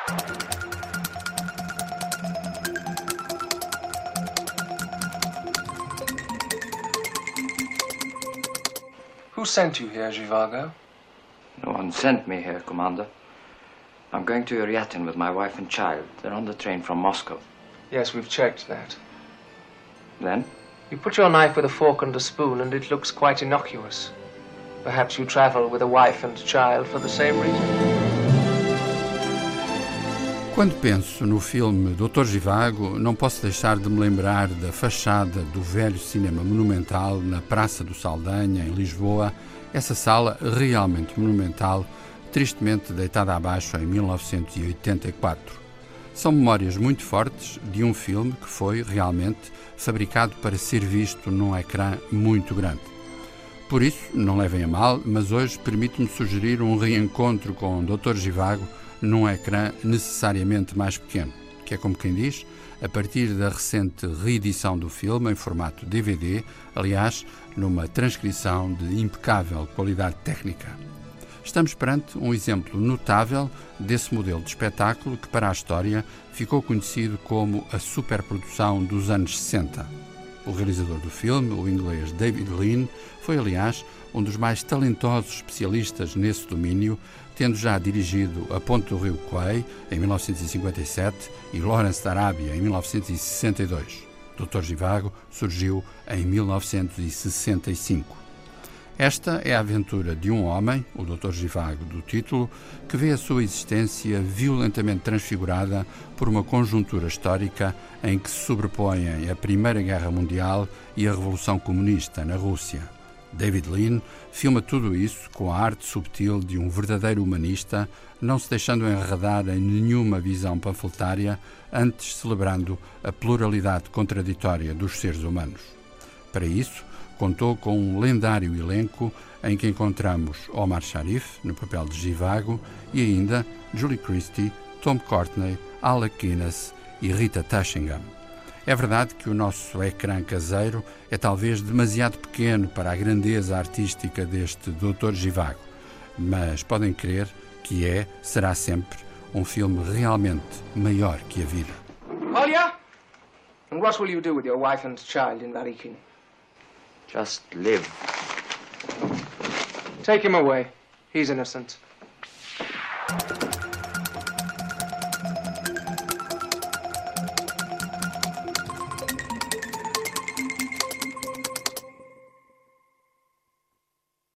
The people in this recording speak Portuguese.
Who sent you here, Zhivago? No one sent me here, Commander. I'm going to Uryatin with my wife and child. They're on the train from Moscow. Yes, we've checked that. Then? You put your knife with a fork and a spoon, and it looks quite innocuous. Perhaps you travel with a wife and child for the same reason. Quando penso no filme Dr. Zhivago, não posso deixar de me lembrar da fachada do velho cinema monumental na Praça do Saldanha, em Lisboa, essa sala realmente monumental, tristemente deitada abaixo em 1984. São memórias muito fortes de um filme que foi realmente fabricado para ser visto num ecrã muito grande. Por isso, não levem a mal, mas hoje permito-me sugerir um reencontro com o Dr. Zhivago num ecrã necessariamente mais pequeno, que é como quem diz, a partir da recente reedição do filme em formato DVD, aliás, numa transcrição de impecável qualidade técnica. Estamos perante um exemplo notável desse modelo de espetáculo que, para a história, ficou conhecido como a superprodução dos anos 60. O realizador do filme, o inglês David Lean, foi, aliás, um dos mais talentosos especialistas nesse domínio, tendo já dirigido A Ponte do Rio Kwai, em 1957, e Lawrence da Arábia, em 1962. Dr. Zhivago surgiu em 1965. Esta é a aventura de um homem, o Dr. Zhivago do título, que vê a sua existência violentamente transfigurada por uma conjuntura histórica em que se sobrepõem a Primeira Guerra Mundial e a Revolução Comunista na Rússia. David Lean filma tudo isso com a arte subtil de um verdadeiro humanista, não se deixando enredar em nenhuma visão panfletária, antes celebrando a pluralidade contraditória dos seres humanos. Para isso, contou com um lendário elenco em que encontramos Omar Sharif, no papel de Zhivago, e ainda Julie Christie, Tom Courtenay, Alec Guinness e Rita Tashingham. É verdade que o nosso ecrã caseiro é talvez demasiado pequeno para a grandeza artística deste Dr. Zhivago, mas podem crer que será sempre um filme realmente maior que a vida. Kolya? And what will you do with your wife and child in Varikin? Just live. Take him away. He's innocent.